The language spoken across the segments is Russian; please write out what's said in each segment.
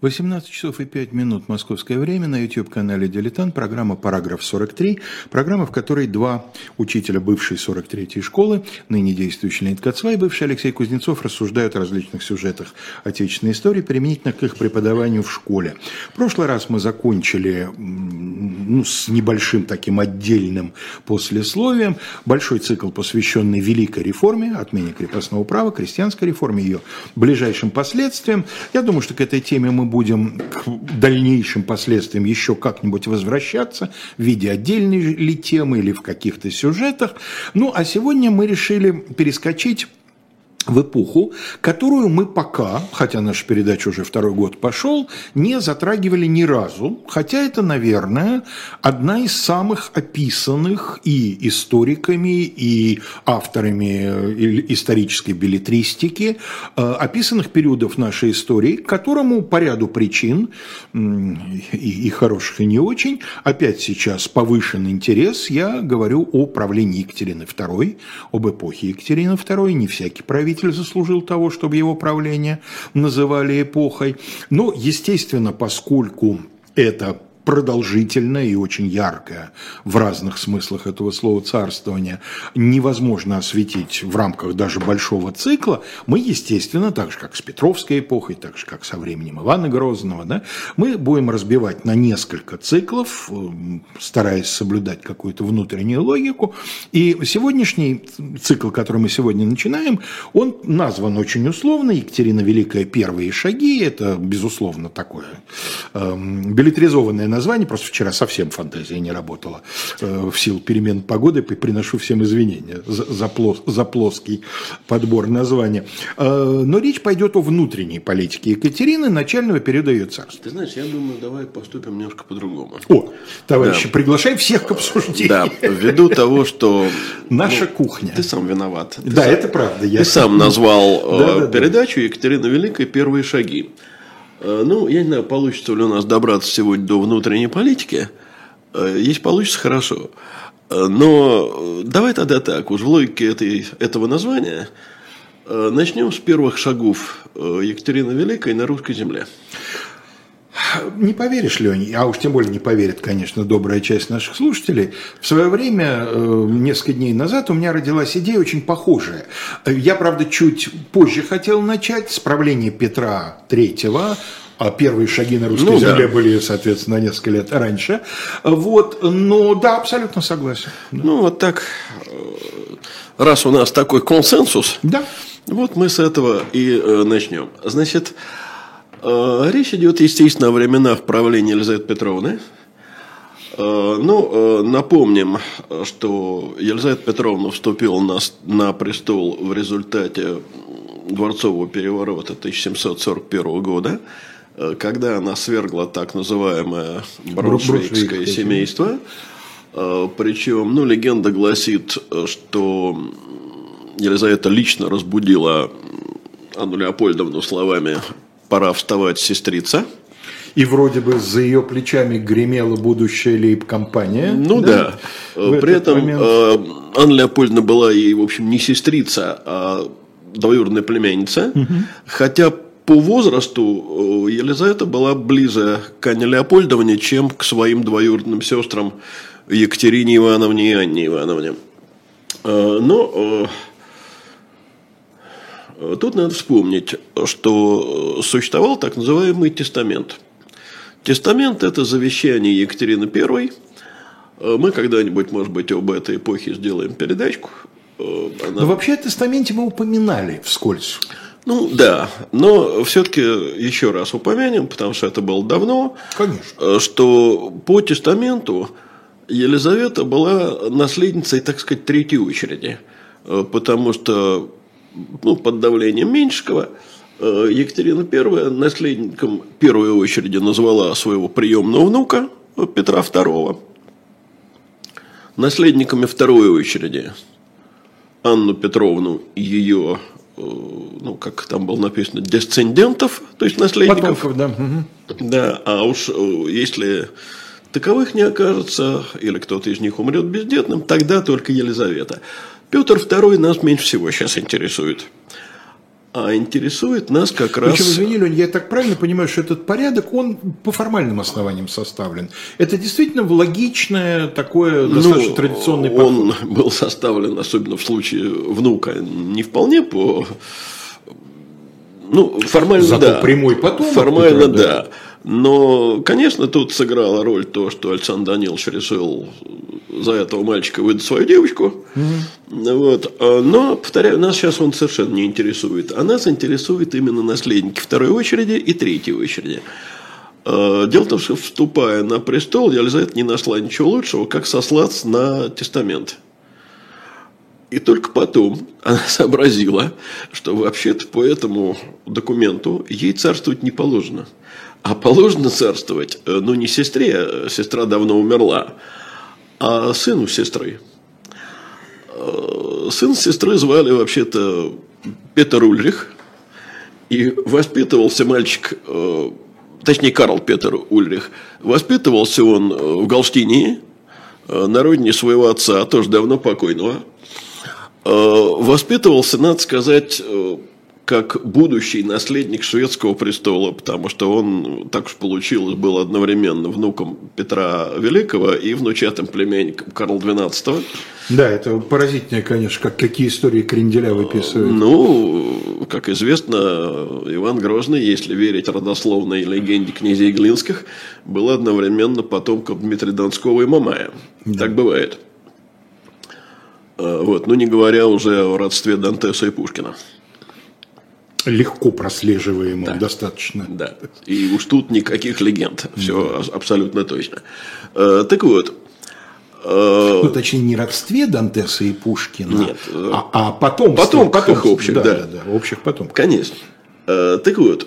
18 часов и 5 минут московское время на YouTube-канале «Дилетант». Программа «Параграф 43». Программа, в которой два учителя бывшей 43-й школы, ныне действующий Леонид Кацва и бывший Алексей Кузнецов, рассуждают о различных сюжетах отечественной истории применительно к их преподаванию в школе. В прошлый раз мы закончили с небольшим таким отдельным послесловием большой цикл, посвященный Великой реформе, отмене крепостного права, крестьянской реформе, ее ближайшим последствиям. Я думаю, что к этой теме мы будем к дальнейшим последствиям еще как-нибудь возвращаться в виде отдельной ли темы или в каких-то сюжетах. А сегодня мы решили перескочить в эпоху, которую мы пока, хотя наша передача уже второй год пошел, не затрагивали ни разу, хотя это, наверное, одна из самых описанных и историками, и авторами исторической беллетристики, описанных периодов нашей истории, к которому по ряду причин, и хороших, и не очень, опять сейчас повышен интерес. Я говорю о правлении Екатерины II, об эпохе Екатерины II, не всякий правитель заслужил того, чтобы его правление называли эпохой. Но, естественно, поскольку это продолжительное и очень яркое в разных смыслах этого слова царствование невозможно осветить в рамках даже большого цикла, мы, естественно, так же, как с Петровской эпохой, так же, как со временем Ивана Грозного, мы будем разбивать на несколько циклов, стараясь соблюдать какую-то внутреннюю логику. И сегодняшний цикл, который мы сегодня начинаем, он назван очень условно «Екатерина Великая. Первые шаги». Это, безусловно, такое беллетризованное название, просто вчера совсем фантазия не работала в силу перемен погоды, приношу всем извинения за плоский подбор названия. Но речь пойдет о внутренней политике Екатерины, начального периода ее царства. Ты знаешь, я думаю, давай поступим немножко по-другому. Товарищи, приглашай всех к обсуждению. Да, ввиду того, что... Наша кухня. Ты сам виноват. Это правда. Ты сам назвал передачу «Екатерина Великая. Первые шаги». Я не знаю, получится ли у нас добраться сегодня до внутренней политики. Если получится, хорошо. Но давай тогда так, уж в логике этого названия начнем с первых шагов Екатерины Великой на русской земле. Не поверишь, Леня, а уж тем более не поверит, конечно, добрая часть наших слушателей. В свое время, несколько дней назад, у меня родилась идея очень похожая. Я, правда, чуть позже хотел начать с правления Петра III, а первые шаги на русской земле были, соответственно, на несколько лет раньше. Но да, абсолютно согласен. Так, раз у нас такой консенсус, мы с этого и начнем. Значит, речь идет, естественно, о временах правления Елизаветы Петровны. Напомним, что Елизавета Петровна вступила на престол в результате дворцового переворота 1741 года, когда она свергла так называемое Брауншвейгское семейство. Причем, легенда гласит, что Елизавета лично разбудила Анну Леопольдовну словами: «Пора вставать, сестрица». И вроде бы за ее плечами гремела будущая лейб-компания. При этом Анна Леопольдовна была ей, в общем, не сестрица, а двоюродная племянница. Хотя по возрасту Елизавета была ближе к Анне Леопольдовне, чем к своим двоюродным сестрам Екатерине Ивановне и Анне Ивановне. Тут надо вспомнить, что существовал так называемый тестамент. Тестамент – это завещание Екатерины I. Мы когда-нибудь, может быть, об этой эпохе сделаем передачку. Но вообще о тестаменте мы упоминали вскользь. Но все-таки еще раз упомянем, потому что это было давно. Конечно. Что по тестаменту Елизавета была наследницей, так сказать, третьей очереди. Потому что под давлением Меньшикова Екатерина I наследником первой очереди назвала своего приемного внука Петра II. Наследниками второй очереди Анну Петровну и ее, как там было написано, десцендентов, то есть наследников. Потомков, да. А уж если таковых не окажется, или кто-то из них умрет бездетным, тогда только Елизавета. Петр II нас меньше всего сейчас интересует. А интересует нас как раз... Причем, извини, Лень, я так правильно понимаю, что этот порядок, он по формальным основаниям составлен. Это действительно логичное, такое достаточно традиционный подход. Он был составлен, особенно в случае внука, не вполне по... формально Зато да. Прямой потомок. Формально да. Но, конечно, тут сыграла роль то, что Александр Данилович решил за этого мальчика выдать свою девочку. Вот. Но, повторяю, нас сейчас он совершенно не интересует. А нас интересуют именно наследники второй очереди и третьей очереди. Дело в том, что, вступая на престол, Елизавета не нашла ничего лучшего, как сослаться на тестамент. И только потом она сообразила, что вообще-то по этому документу ей царствовать не положено. А положено царствовать, не сестре, сестра давно умерла, а сыну сестры. Сын сестры звали вообще-то Петр Ульрих. И воспитывался мальчик, точнее Карл Петр Ульрих, воспитывался он в Галштинии, на родине своего отца, тоже давно покойного. Воспитывался, надо сказать, как будущий наследник шведского престола, потому что он, так уж получилось, был одновременно внуком Петра Великого и внучатым племянником Карла XII. Да, это поразительно, конечно, какие истории Кренделя выписывают. Как известно, Иван Грозный, если верить родословной легенде князей Глинских, был одновременно потомком Дмитрия Донского и Мамая. Да. Так бывает. Не говоря уже о родстве Дантеса и Пушкина. Легко прослеживаемо, да. Достаточно. Да, и уж тут никаких легенд, все абсолютно точно. Так вот. Точнее, не родстве Дантеса и Пушкина, нет, а потомстве. Потомках общих, да. Общих потомков. Конечно. Так вот,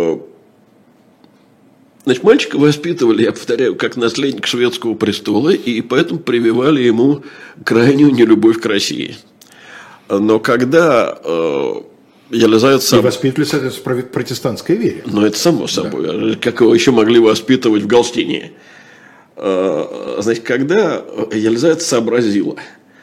значит, мальчика воспитывали, я повторяю, как наследник шведского престола, и поэтому прививали ему крайнюю нелюбовь к России. Но когда... Елизавета и воспитывали, соответственно, в протестантской вере. Это само собой. Да. Как его еще могли воспитывать в Галштине? Значит, когда Елизавета сообразила,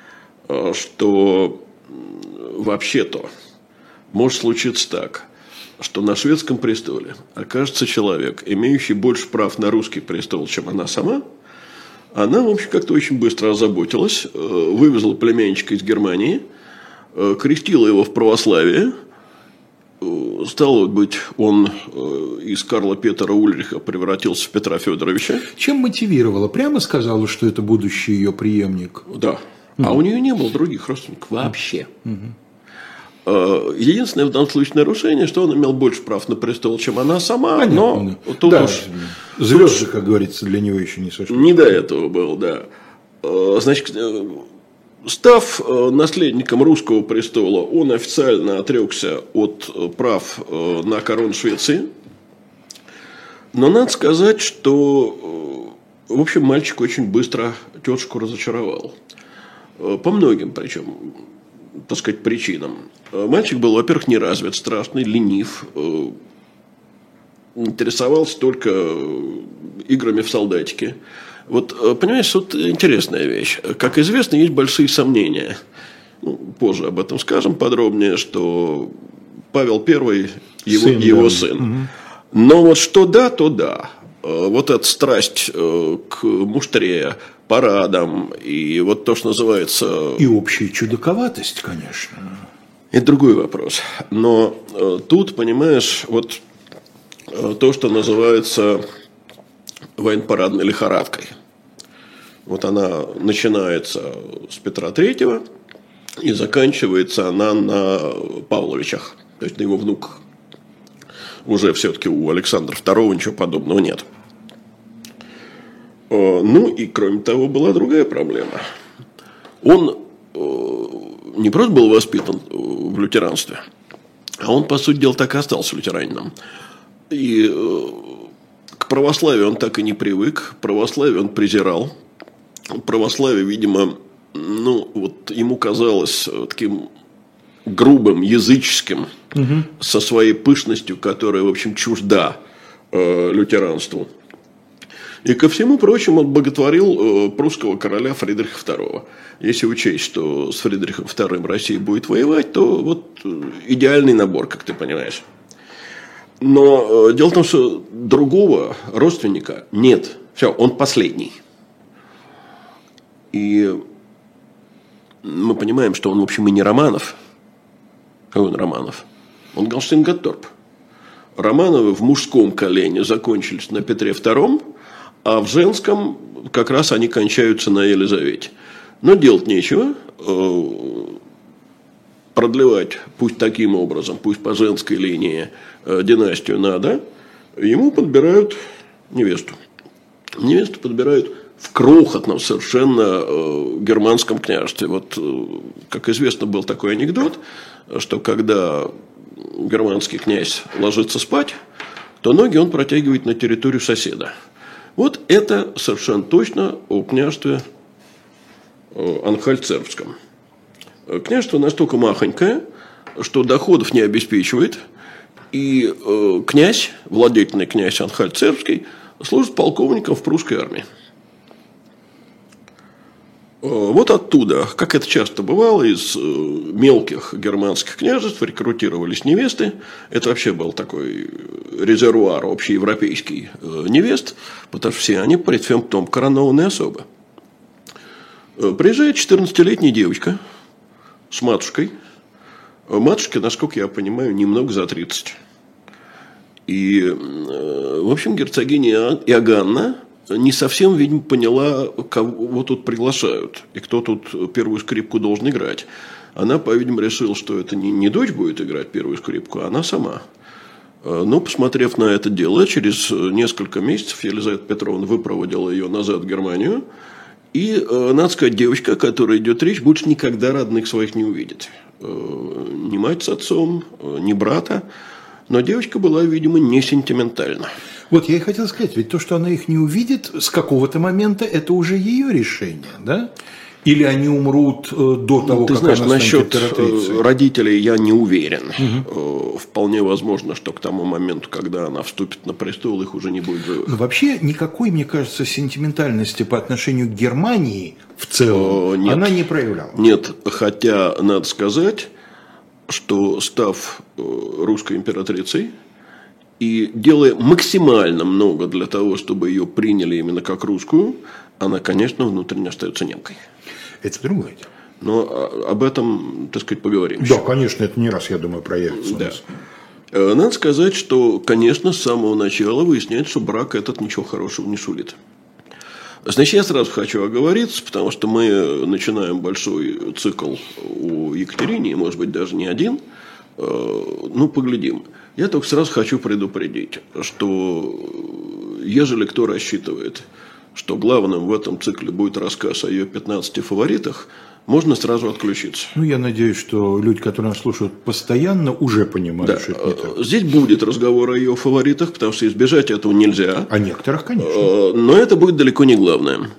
что вообще-то может случиться так, что на шведском престоле окажется человек, имеющий больше прав на русский престол, чем она сама, она, в общем, как-то очень быстро озаботилась, вывезла племянничка из Германии, крестила его в православие. Стало быть, он из Карла Петра Ульриха превратился в Петра Федоровича. Чем мотивировала? Прямо сказала, что это будущий ее преемник? Да. А у нее не было других родственников вообще. Единственное в данном случае нарушение, что он имел больше прав на престол, чем она сама. Понятно. Но тут да, уж... Звезды, как говорится, для него еще не сошли. Не до этого было, да. Значит... Став наследником русского престола, он официально отрекся от прав на корону Швеции. Но надо сказать, что, в общем, мальчик очень быстро тетушку разочаровал. По многим, причем, так сказать, причинам. Мальчик был, во-первых, не развит, страшный, ленив, интересовался только играми в солдатики. Понимаешь, тут интересная вещь. Как известно, есть большие сомнения. Позже об этом скажем подробнее, что Павел I его сын. Но что да, то да. Эта страсть к муштре, парадам и то, что называется... И общая чудаковатость, конечно. Это другой вопрос. Но тут, понимаешь, то, что называется... военно-парадной лихорадкой. Она начинается с Петра III и заканчивается она на Павловичах, то есть на его внуках. Уже все-таки у Александра II ничего подобного нет. И кроме того, была другая проблема. Он не просто был воспитан в лютеранстве, а он, по сути дела, так и остался лютеранином. И к православию он так и не привык, православие он презирал. Православие, видимо, ему казалось таким грубым, языческим, со своей пышностью, которая, в общем, чужда лютеранству. И ко всему прочему он боготворил прусского короля Фридриха II. Если учесть, что с Фридрихом II Россия будет воевать, то вот идеальный набор, как ты понимаешь. Но дело в том, что другого родственника нет. Все, он последний. И мы понимаем, что он, в общем, и не Романов. Какой он Романов? Он Галштейн-Гатторп. Романовы в мужском колене закончились на Петре II, а в женском как раз они кончаются на Елизавете. Но делать нечего. Продлевать пусть таким образом, пусть по женской линии династию надо. Ему подбирают невесту. Невесту подбирают в крохотном совершенно германском княжестве. Вот, как известно, был такой анекдот, что когда германский князь ложится спать, то ноги он протягивает на территорию соседа. Вот это совершенно точно о княжестве Анхальт-Цербском. Княжество настолько махонькое, что доходов не обеспечивает, и князь, владетельный князь Анхальт-Цербский, служит полковником в прусской армии. Вот оттуда, как это часто бывало, из мелких германских княжеств рекрутировались невесты. Это вообще был такой резервуар общеевропейский невест, потому что все они пред всем том коронованные особы. Приезжает 14-летняя девочка с матушкой. Матушке, насколько я понимаю, немного за 30. И, в общем, герцогиня Иоганна не совсем, видимо, поняла, кого тут приглашают и кто тут первую скрипку должен играть. Она, по-видимому, решила, что это не дочь будет играть первую скрипку, а она сама. Но, посмотрев на это дело, через несколько месяцев Елизавета Петровна выпроводила ее назад в Германию. И, надо сказать, девочка, о которой идет речь, больше никогда родных своих не увидит. Ни мать с отцом, ни брата. Но девочка была, видимо, не сентиментальна. Вот я и хотел сказать, ведь то, что она их не увидит с какого-то момента, это уже ее решение, да? Или они умрут до того, ты как знаешь, она станет насчет императрицей? родителей я не уверен. Вполне возможно, что к тому моменту, когда она вступит на престол, их уже не будет живых. Но вообще никакой, мне кажется, сентиментальности по отношению к Германии в целом нет. она не проявляла. Нет, хотя надо сказать, что став русской императрицей и делая максимально много для того, чтобы ее приняли именно как русскую, она, конечно, внутренне остается немкой. Это другое дело. Но об этом, так сказать, поговорим. Да, конечно, это не раз, я думаю, проявится у нас. Надо сказать, что, конечно, с самого начала выясняется, что брак этот ничего хорошего не сулит. Значит, я сразу хочу оговориться, потому что мы начинаем большой цикл у Екатерины, может быть, даже не один. Ну, поглядим. Я только сразу хочу предупредить, что ежели кто рассчитывает, что главным в этом цикле будет рассказ о ее 15 фаворитах, можно сразу отключиться. Ну, я надеюсь, что люди, которые нас слушают постоянно, уже понимают, что это не так. Здесь будет разговор о ее фаворитах, потому что избежать этого нельзя. О некоторых, конечно. Но это будет далеко не главное.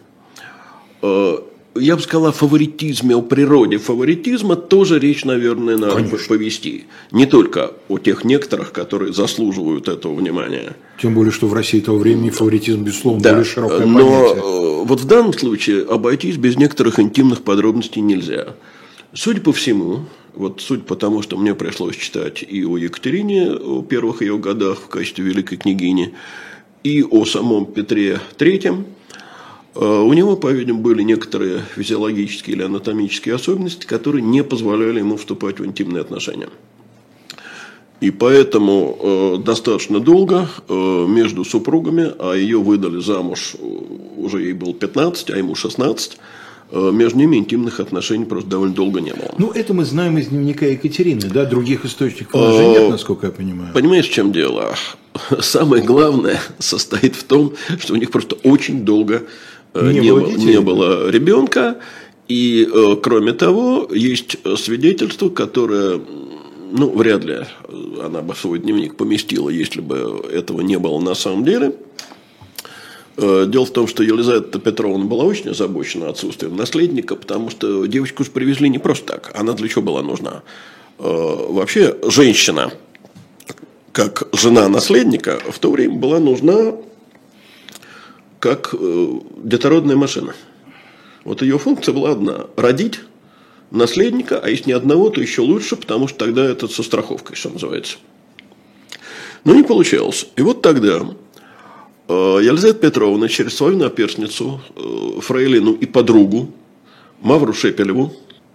Я бы сказал о фаворитизме, о природе фаворитизма тоже речь, наверное, надо повести. Не только о тех некоторых, которые заслуживают этого внимания. Тем более, что в России того времени фаворитизм, безусловно, более широкое понятие. Но вот в данном случае обойтись без некоторых интимных подробностей нельзя. Судя по всему, вот судя по тому, что мне пришлось читать и о Екатерине, о первых ее годах в качестве великой княгини, и о самом Петре III, у него, по-видимому, были некоторые физиологические или анатомические особенности, которые не позволяли ему вступать в интимные отношения. И поэтому достаточно долго между супругами, а ее выдали замуж, уже ей было 15, а ему 16, между ними интимных отношений просто довольно долго не было. Ну, это мы знаем из дневника Екатерины, да? Других источников у нас же нет, насколько я понимаю. Понимаешь, в чем дело? Самое главное состоит в том, что у них просто очень долго не было ребенка. И, кроме того, есть свидетельство, которое, ну, вряд ли она бы в свой дневник поместила, если бы этого не было на самом деле. Дело в том, что Елизавета Петровна была очень озабочена отсутствием наследника, потому что девочку же привезли не просто так. Она для чего была нужна? Вообще, женщина, как жена наследника, в то время была нужна как детородная машина. Вот ее функция была одна – родить наследника, а если не одного, то еще лучше, потому что тогда это со страховкой, что называется. Но не получалось. И вот тогда Елизавета Петровна через свою наперсницу, фрейлину и подругу Мавру Шепелеву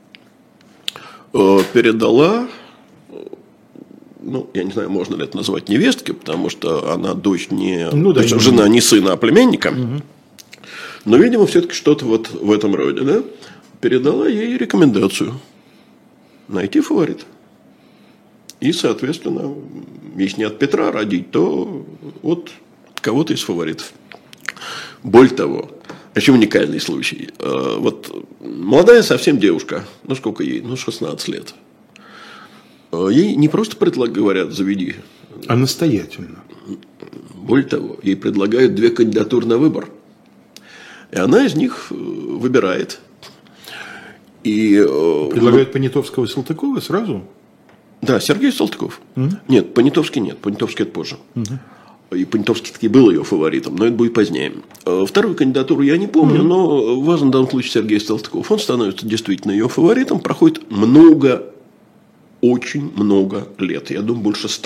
передала, ну, я не знаю, можно ли это назвать невесткой, потому что она дочь не, жена не сына, а племянника. Угу. Но, видимо, все-таки что-то вот в этом роде, да? Передала ей рекомендацию найти фаворита. И, соответственно, если не от Петра родить, то от кого-то из фаворитов. Более того, еще уникальный случай. Вот молодая совсем девушка, ну сколько ей? Ну 16 лет. Ей не просто говорят, заведи. А настоятельно. Более того, ей предлагают 2 кандидатуры на выбор. И она из них выбирает. И предлагают Понятовского и Салтыкова сразу? Да, Сергей Салтыков. Угу. Нет, Понятовский нет. Понятовский это позже. Угу. И Понятовский таки был ее фаворитом, но это будет позднее. Вторую кандидатуру я не помню, но важен в данном случае Сергей Салтыков. Он становится действительно ее фаворитом. Проходит очень много лет. Я думаю, больше 100.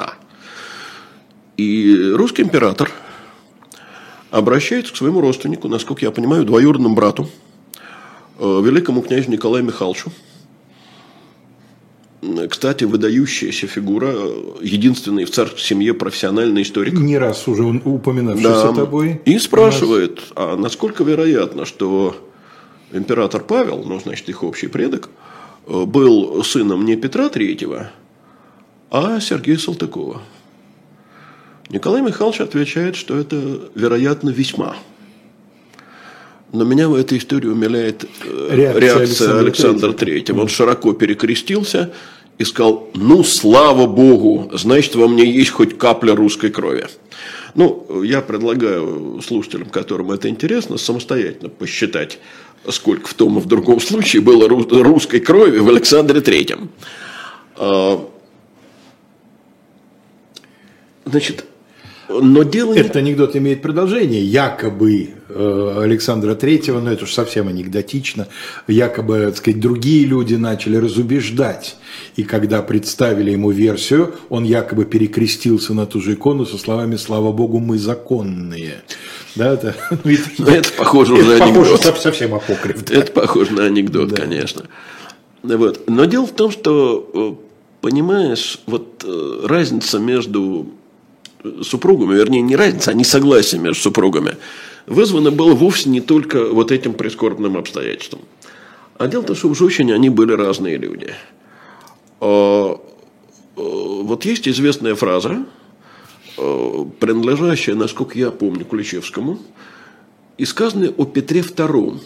И русский император обращается к своему родственнику, насколько я понимаю, двоюродному брату, великому князю Николаю Михайловичу. Кстати, выдающаяся фигура, единственный в царской семье профессиональный историк. Не раз уже упоминавшийся тобой. И спрашивает, а насколько вероятно, что император Павел, ну, значит, их общий предок, был сыном не Петра III, а Сергея Салтыкова. Николай Михайлович отвечает, что это, вероятно, весьма. Но меня в этой истории умиляет реакция Александра III. Он широко перекрестился и сказал: ну, слава Богу, значит, во мне есть хоть капля русской крови. Ну, я предлагаю слушателям, которым это интересно, самостоятельно посчитать, сколько в том и в другом случае было русской крови в Александре III. Значит, но дело Этот анекдот имеет продолжение. Якобы Александра III, ну это уж совсем анекдотично, якобы, так сказать, другие люди начали разубеждать. И когда представили ему версию, он якобы перекрестился на ту же икону со словами: «Слава Богу, мы законные». Да, это похоже уже на анекдот. Совсем апокриф. Это похоже на анекдот, конечно. Вот. Но дело в том, что, понимаешь, вот разница между супругами, вернее, не разница, а несогласие между супругами, вызвано было вовсе не только вот этим прискорбным обстоятельством. А дело в том, что уж очень они были разные люди. Вот есть известная фраза, принадлежащая, насколько я помню, Ключевскому, и сказанная о Петре II.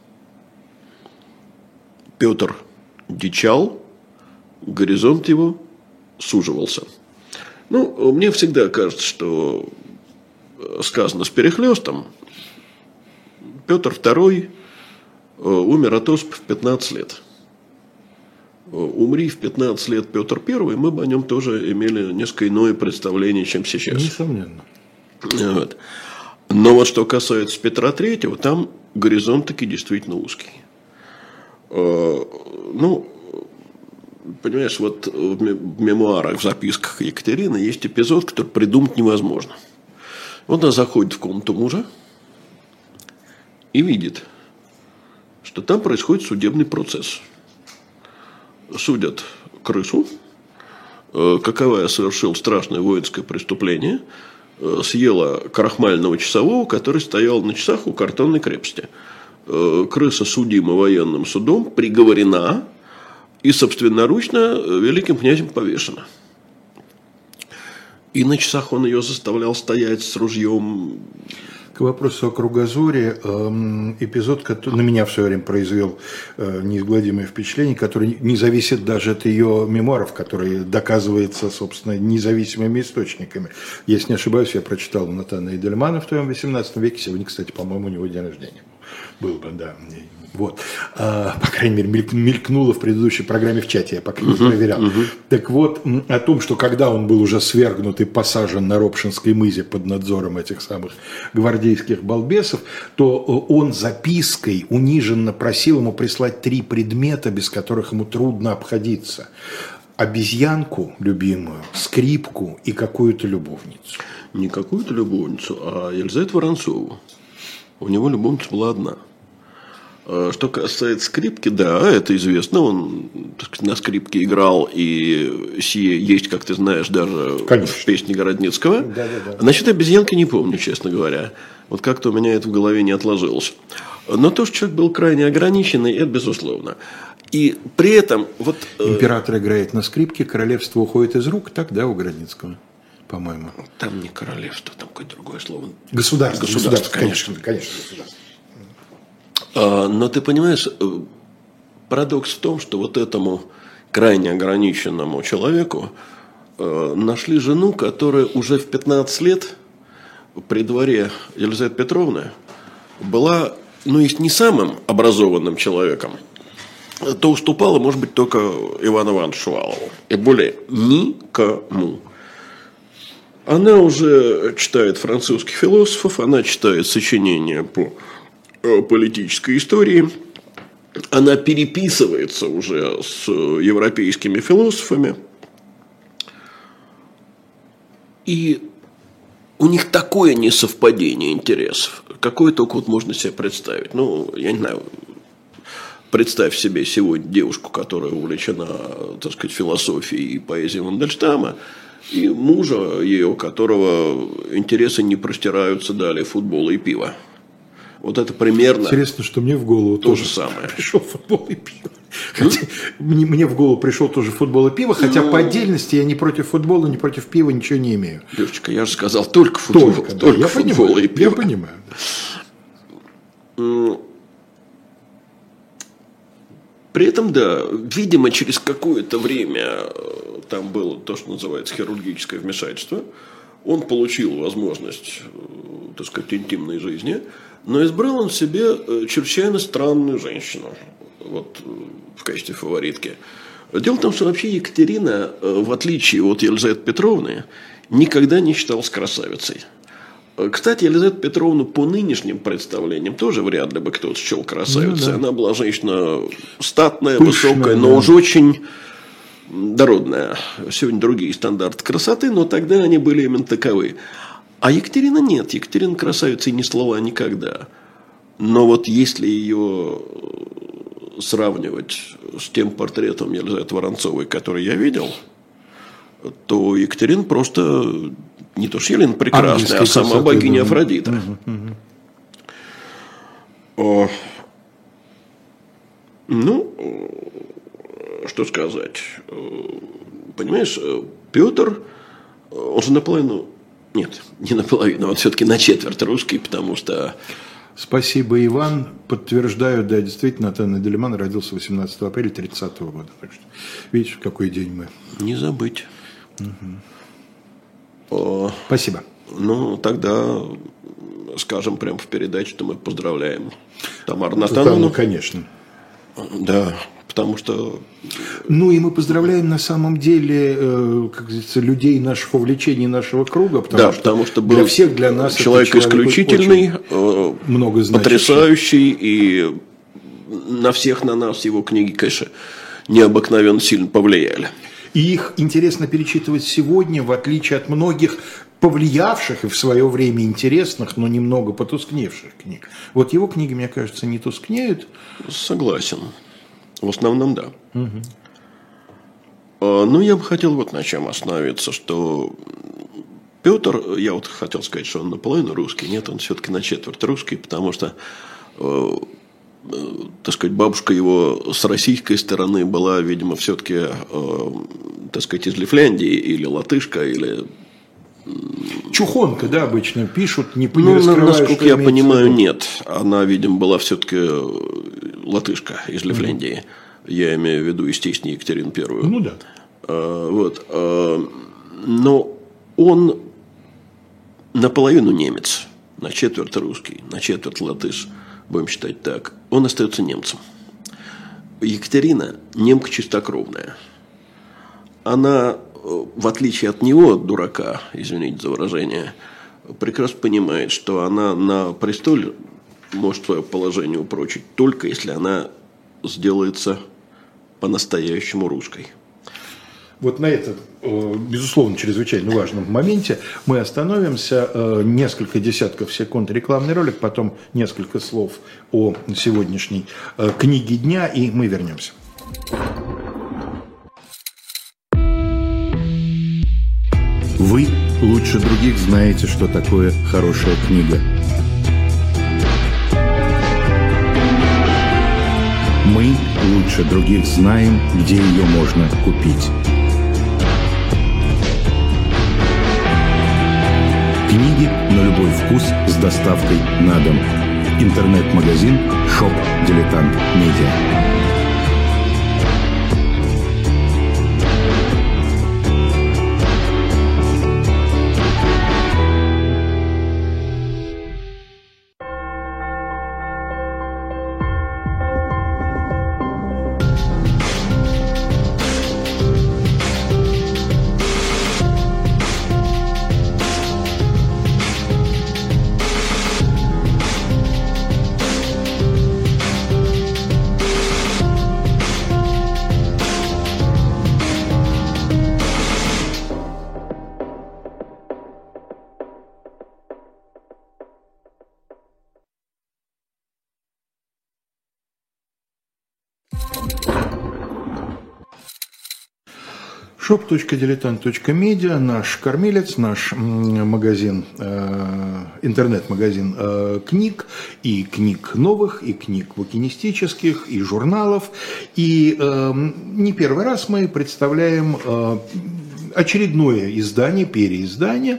Петр дичал, горизонт его суживался. Ну, мне всегда кажется, что сказано с перехлестом. Петр II умер от оспы в 15 лет. Умри в 15 лет Петр I, мы бы о нем тоже имели несколько иное представление, чем сейчас. Несомненно. Вот. Но вот что касается Петра III, там горизонт таки действительно узкий. Ну, понимаешь, вот в мемуарах, в записках Екатерины есть эпизод, который придумать невозможно. Вот она заходит в комнату мужа и видит, что там происходит судебный процесс. Судят крысу, каковая совершил страшное воинское преступление, съела крахмального часового, который стоял на часах у картонной крепости. Крыса судима военным судом, приговорена и собственноручно великим князем повешена. И на часах он ее заставлял стоять с ружьем. К вопросу о кругозоре, эпизод, который на меня в свое время произвел неизгладимое впечатление, который не зависит даже от ее мемуаров, которые доказываются, собственно, независимыми источниками. Если не ошибаюсь, я прочитал у Натана Эдельмана в твоем 18 веке. Сегодня, кстати, по-моему, у него день рождения. Был бы, да. Вот. По крайней мере, мелькнуло в предыдущей программе в чате, я пока не проверял. Так вот, о том, что когда он был уже свергнут и посажен на Ропшинской мызе под надзором этих самых гвардейских балбесов, то он запиской униженно просил ему прислать 3 предмета, без которых ему трудно обходиться. Обезьянку любимую, скрипку и какую-то любовницу. Не какую-то любовницу, а Елизавету Воронцову. У него любовница была одна. Что касается скрипки, да, это известно. Он, так сказать, на скрипке играл, и сие есть, как ты знаешь, даже в песне Городницкого. Да. Насчет обезьянки не помню, честно говоря. Вот как-то у меня это в голове не отложилось. Но то, что человек был крайне ограниченный, это безусловно. И при этом вот... Император играет на скрипке, королевство уходит из рук, так, да, у Городницкого, по-моему. Там не королевство, там какое-то другое слово. Государство, конечно, государство. Но ты понимаешь, парадокс в том, что вот этому крайне ограниченному человеку нашли жену, которая уже в 15 лет при дворе Елизаветы Петровны была, ну, и не самым образованным человеком, то уступала, может быть, только Ивану Ивановичу Шувалову. И более никому. Она уже читает французских философов, она читает сочинения по политической истории, она переписывается уже с европейскими философами, и у них такое несовпадение интересов, какое только вот можно себе представить. Ну, я не знаю, представь себе сегодня девушку, которая увлечена, так сказать, философией и поэзией Мандельштама, и мужа ее, у которого интересы не простираются далее футбола и пива. Вот это примерно... Интересно, что мне в голову то же самое. Пришел футбол и пиво. Хотя, мне в голову пришел тоже футбол и пиво, хотя по отдельности я ни против футбола, ни против пива ничего не имею. Лешечка, я же сказал только футбол. Только футбол и пиво. Я понимаю. При этом, да, видимо, через какое-то время там было то, что называется хирургическое вмешательство. Он получил возможность, так сказать, интимной жизни, но избрал он себе чрезвычайно странную женщину, вот, в качестве фаворитки. Дело в том, что вообще Екатерина, в отличие от Елизаветы Петровны, никогда не считалась красавицей. Кстати, Елизавету Петровну по нынешним представлениям тоже вряд ли бы кто-то счел красавицей. Она была женщина статная, пышная, высокая, но уже очень дородная. Сегодня другие стандарты красоты, но тогда они были именно таковы. А Екатерина нет. Екатерина красавицей не слала никогда. Но вот если ее сравнивать с тем портретом Елизаветы Воронцовой, который я видел, то Екатерина просто не то что Елена прекрасная, а сама богиня Афродита. Ну, что сказать. Понимаешь, Петр, он же наполовину... Нет, не наполовину, он все-таки на четверть русский, потому что... Спасибо, Иван. Подтверждаю, да, действительно, Натан Эдельман родился 18 апреля 30 года. Так что, видишь, какой день мы. Не забыть. Спасибо. Ну, тогда скажем прямо в передаче, что мы поздравляем Тамару Натановну. Ну, конечно. Да, потому что... Ну, и мы поздравляем на самом деле, как говорится, людей наших увлечений, нашего круга, потому что был для всех, для нас человек исключительный, много потрясающий, и на всех на нас его книги, конечно, необыкновенно сильно повлияли. И их интересно перечитывать сегодня, в отличие от многих повлиявших и в свое время интересных, но немного потускневших книг. Вот его книги, мне кажется, не тускнеют. Согласен. В основном, да. Ну, я бы хотел вот на чем остановиться, что Петр, я вот хотел сказать, что он наполовину русский, нет, он все-таки на четверть русский, потому что, так сказать, бабушка его с российской стороны была, видимо, все-таки, так сказать, из Лифляндии, или латышка, или... Чухонка, да, обычно пишут, не раскрывая, насколько я понимаю, нет. Она, видимо, была все-таки латышка из Лифляндии. Я имею в виду, естественно, Екатерину Первую. Ну да. Вот. Но он наполовину немец, на четверть русский, на четверть латыш. будем считать так, он остается немцем. Екатерина немка чистокровная. Она, в отличие от него, дурака, извините за выражение, прекрасно понимает, что она на престоле может свое положение упрочить только если она сделается по-настоящему русской. Вот на этом, безусловно, чрезвычайно важном моменте мы остановимся. Несколько десятков секунд рекламный ролик, потом несколько слов о сегодняшней книге дня, и мы вернемся. Вы лучше других знаете, что такое хорошая книга. Мы лучше других знаем, где ее можно купить. Книги на любой вкус с доставкой на дом. Интернет-магазин Shop Dilettant Media. shop.diletant.media, наш кормилец, наш магазин, интернет-магазин книг, и книг новых, и книг букинистических, и журналов. И не первый раз мы представляем очередное издание, переиздание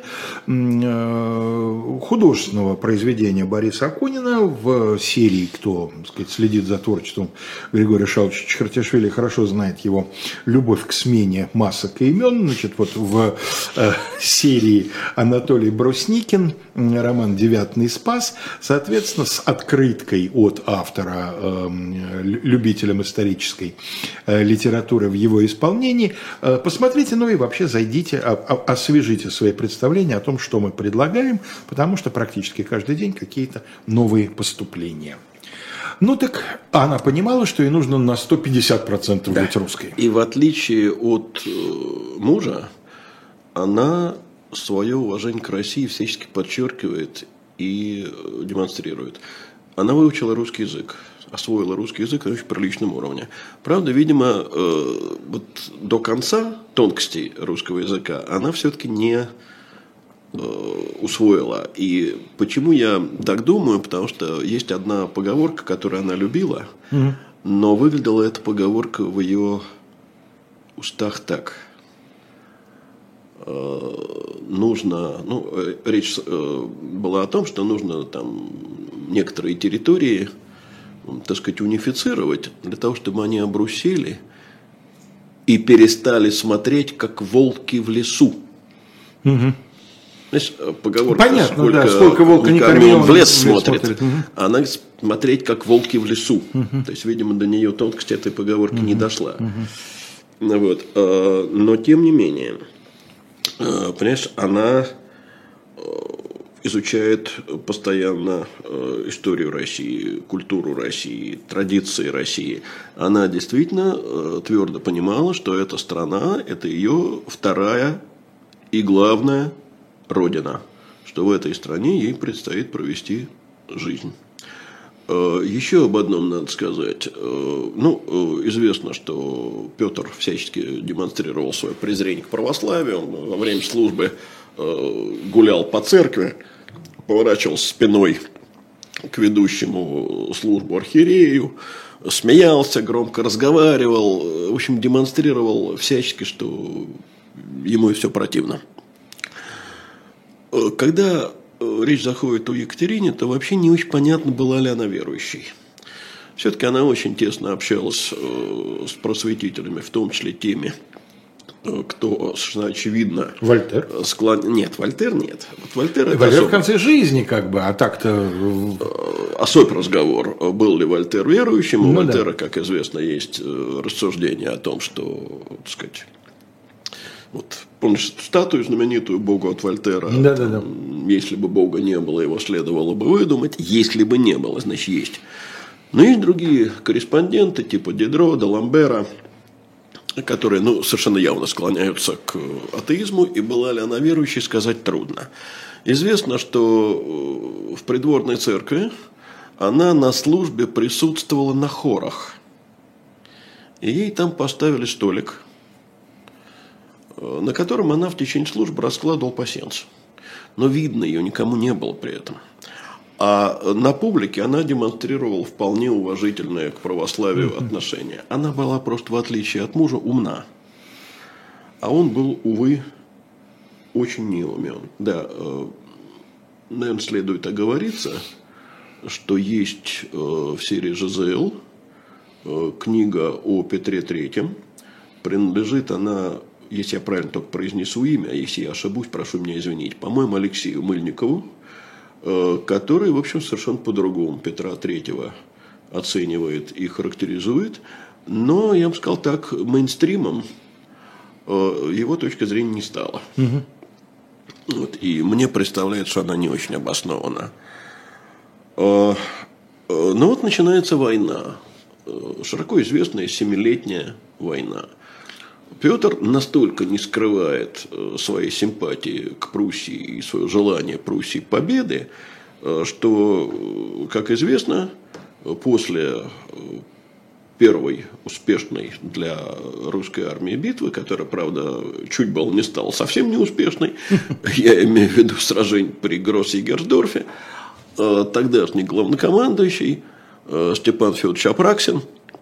художественного произведения Бориса Акунина в серии, кто, так сказать, следит за творчеством Григория Шаловича Чхартишвили, хорошо знает его любовь к смене масок и имен. Значит, вот в серии Анатолий Брусникин, роман «Девятный спас», соответственно, с открыткой от автора, любителям исторической литературы в его исполнении. Посмотрите, ну и вообще зайдите, освежите свои представления о том, что мы предлагаем, потому что практически каждый день какие-то новые поступления. Ну так она понимала, что ей нужно на 150% быть русской. И в отличие от мужа, она свое уважение к России всячески подчеркивает и демонстрирует. Она выучила русский язык, освоила русский язык на очень приличном уровне. Правда, видимо, вот до конца тонкостей русского языка она все-таки не усвоила. И почему я так думаю? Потому что есть одна поговорка, которую она любила, но выглядела эта поговорка в ее устах так. Нужно, речь была о том, что нужно там некоторые территории, так сказать, унифицировать для того, чтобы они обрусели и перестали смотреть, как волки в лесу. Угу. Знаешь, поговорка, понятно, сколько волка не кормил, он в лес смотрит. Угу. А она смотреть, как волки в лесу. Угу. То есть, видимо, до нее тонкость этой поговорки не дошла. Угу. Вот. Но, тем не менее, понимаешь, она изучает постоянно историю России, культуру России, традиции России. Она действительно твердо понимала, что эта страна – это ее вторая и главная родина, что в этой стране ей предстоит провести жизнь. Еще об одном надо сказать. Известно, что Петр всячески демонстрировал свое презрение к православию. Он во время службы гулял по церкви, поворачивался спиной к ведущему службу архиерею, смеялся, громко разговаривал, в общем, демонстрировал всячески, что ему все противно. Когда речь заходит о Екатерине, то вообще не очень понятно, была ли она верующей. Все-таки она очень тесно общалась с просветителями, в том числе теми, кто, совершенно очевидно... Вольтер? Нет, Вольтер нет. Вольтер в конце жизни, как бы, а так-то... особый разговор, был ли Вольтер верующим. У Вольтера, как известно, есть рассуждение о том, что, так сказать, вот, помнишь статую знаменитую Богу от Вольтера? Да. Если бы Бога не было, его следовало бы выдумать. Если бы не было, значит, есть. Но есть другие корреспонденты, типа Дидро, Даламбера, которые совершенно явно склоняются к атеизму. И была ли она верующей, сказать трудно. Известно, что в придворной церкви она на службе присутствовала на хорах. И ей там поставили столик, на котором она в течение службы раскладывала пасьянс. Но видно ее никому не было при этом. А на публике она демонстрировала вполне уважительное к православию отношение. Она была просто, в отличие от мужа, умна. А он был, увы, очень неумен. Да, наверное, следует оговориться, что есть в серии ЖЗЛ книга о Петре III. Принадлежит она, если я правильно только произнесу имя, а если я ошибусь, прошу меня извинить, по-моему, Алексею Мыльникову, который, в общем, совершенно по-другому Петра III оценивает и характеризует. Но, я бы сказал так, мейнстримом его точка зрения не стала. Вот, и мне представляется, что она не очень обоснована. Но вот начинается война. Широко известная 7-летняя война. Петр настолько не скрывает своей симпатии к Пруссии и свое желание Пруссии победы, что, как известно, после первой успешной для русской армии битвы, которая, правда, чуть было не стала совсем неуспешной, я имею в виду сражение при Гросс-Егерсдорфе, тогдашний главнокомандующий Степан Федорович Апраксин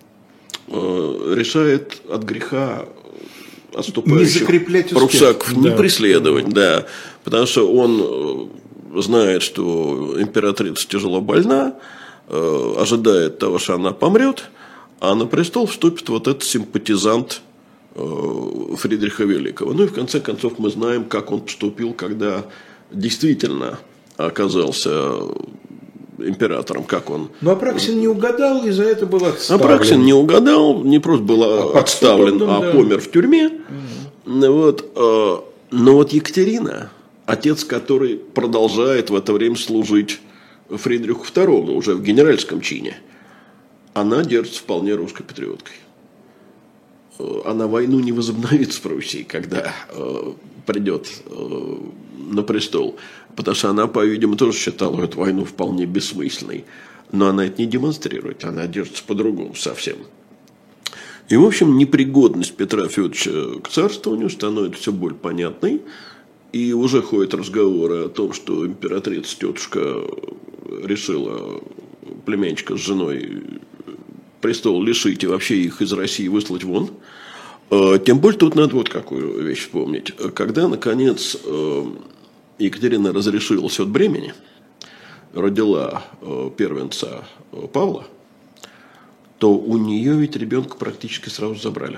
решает от греха отступающих пруссаков не преследовать, да, потому что он знает, что императрица тяжело больна, ожидает того, что она помрет, а на престол вступит вот этот симпатизант Фридриха Великого. Ну и в конце концов мы знаем, как он поступил, когда действительно оказался императором, как он... Но Апраксин не угадал, и за это был отставлен. Апраксин не угадал, не просто был отставлен, а помер в тюрьме. Вот. Но вот Екатерина, отец которой продолжает в это время служить Фридриху II, уже в генеральском чине, она держится вполне русской патриоткой. Она войну не возобновит с Пруссией, когда придет на престол. Потому что она, по-видимому, тоже считала эту войну вполне бессмысленной. Но она это не демонстрирует. Она держится по-другому совсем. И, в общем, непригодность Петра Федоровича к царствованию становится все более понятной. И уже ходят разговоры о том, что императрица-тетушка решила племянничка с женой престол лишить и вообще их из России выслать вон. Тем более тут надо вот какую вещь вспомнить. Когда, наконец, Екатерина разрешилась от бремени, родила первенца Павла, то у нее ведь ребенка практически сразу забрали.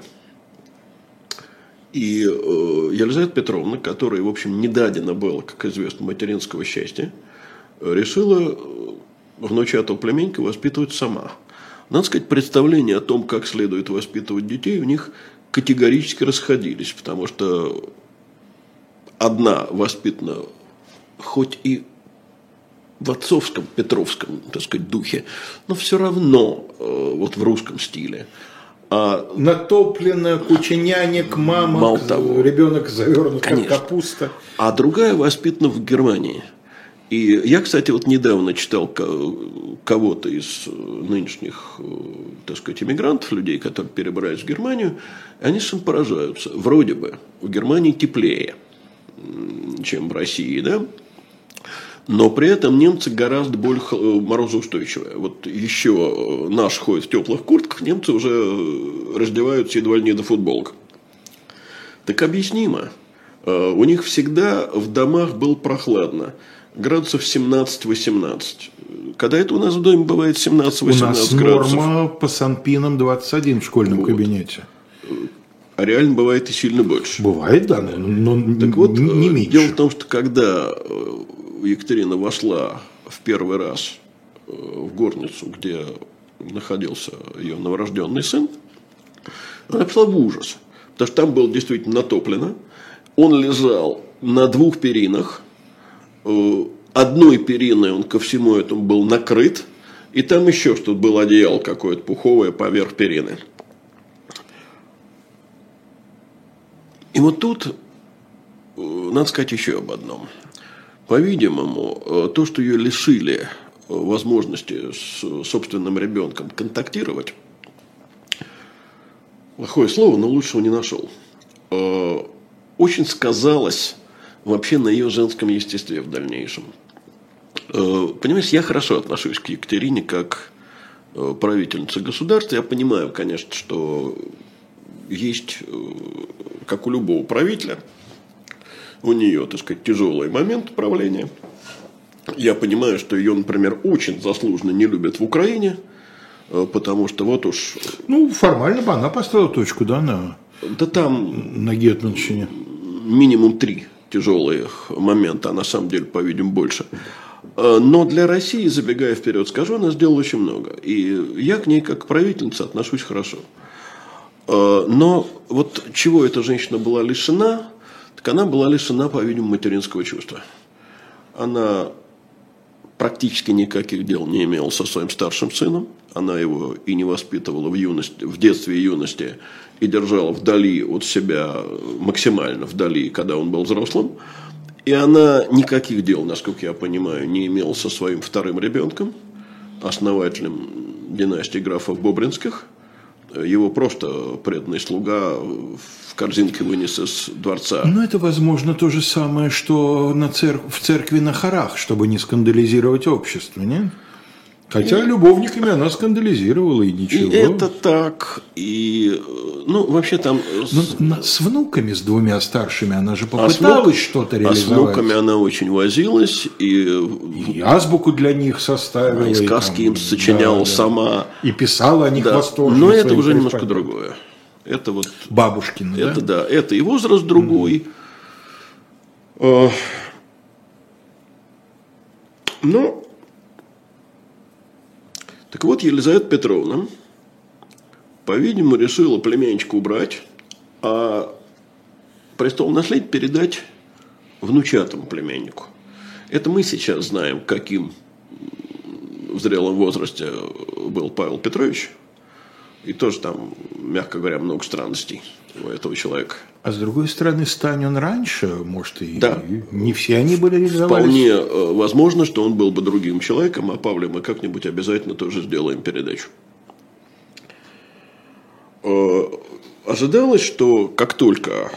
И Елизавета Петровна, которой, в общем, не дадено было, как известно, материнского счастья, решила внучатого племянника воспитывать сама. Надо сказать, представления о том, как следует воспитывать детей, у них категорически расходились, потому что одна воспитана хоть и в отцовском, петровском, так сказать, духе, но все равно вот в русском стиле. А натоплено, кученянек, мама, ребенок завернут, как капуста. А другая воспитана в Германии. И я, кстати, вот недавно читал кого-то из нынешних, так сказать, иммигрантов, людей, которые перебрались в Германию, они совершенно поражаются. Вроде бы в Германии теплее, чем в России, да? Но при этом немцы гораздо более морозоустойчивые. Вот еще наши ходят в теплых куртках, немцы уже раздеваются едва ли не до футболок. Так объяснимо. У них всегда в домах было прохладно. Градусов 17-18. Когда это у нас в доме бывает 17-18 градусов? У нас норма по Санпинам 21 в школьном кабинете. А реально бывает и сильно больше. Бывает, да, но так вот, не меньше. Дело в том, что когда Екатерина вошла в первый раз в горницу, где находился ее новорожденный сын, она пришла в ужас. Потому что там было действительно натоплено. Он лежал на 2 перинах. Одной периной он ко всему этому был накрыт. И там еще что-то было, одеяло какое-то пуховое поверх перины. И вот тут надо сказать еще об одном. По-видимому, то, что ее лишили возможности с собственным ребенком контактировать, плохое слово, но лучшего не нашел, очень сказалось вообще на ее женском естестве в дальнейшем. Понимаешь, я хорошо отношусь к Екатерине как правительнице государства. Я понимаю, конечно, что есть, как у любого правителя, у нее, так сказать, тяжелый момент правления. Я понимаю, что ее, например, очень заслуженно не любят в Украине, потому что вот уж... Ну, формально бы она поставила точку, да, да там на гетманщине. Минимум 3 тяжелых момента, а на самом деле, по-видимому, больше. Но для России, забегая вперед, скажу, она сделала очень много. И я к ней, как к правительнице, отношусь хорошо. Но вот чего эта женщина была лишена, так она была лишена, по-видимому, материнского чувства. Она практически никаких дел не имела со своим старшим сыном. Она его и не воспитывала в детстве и юности, и держала вдали от себя, максимально вдали, когда он был взрослым. И она никаких дел, насколько я понимаю, не имела со своим вторым ребенком, основателем династии графов Бобринских. Его просто преданный слуга в корзинке вынес из дворца. Но это, возможно, то же самое, что в церкви на хорах, чтобы не скандализировать общество, нет? Хотя любовниками она скандализировала, и ничего. И это так, и, ну, вообще там... Но с внуками, с 2 старшими, она же попыталась что-то реализовать. А с внуками она очень возилась, и азбуку для них составила. И сказки им сочиняла сама. И писала о них восторженно. Но это уже немножко другое. Это вот... Бабушкина, это, да? Это и возраст другой. Но... Так вот, Елизавета Петровна, по-видимому, решила племянничка убрать, а престол наследия передать внучатому племяннику. Это мы сейчас знаем, каким в зрелом возрасте был Павел Петрович. И тоже там, мягко говоря, много странностей у этого человека. А с другой стороны, стань он раньше, может, и да. Не все они были реализовались. Вполне возможно, что он был бы другим человеком, а Павле мы как-нибудь обязательно тоже сделаем передачу. Ожидалось, что как только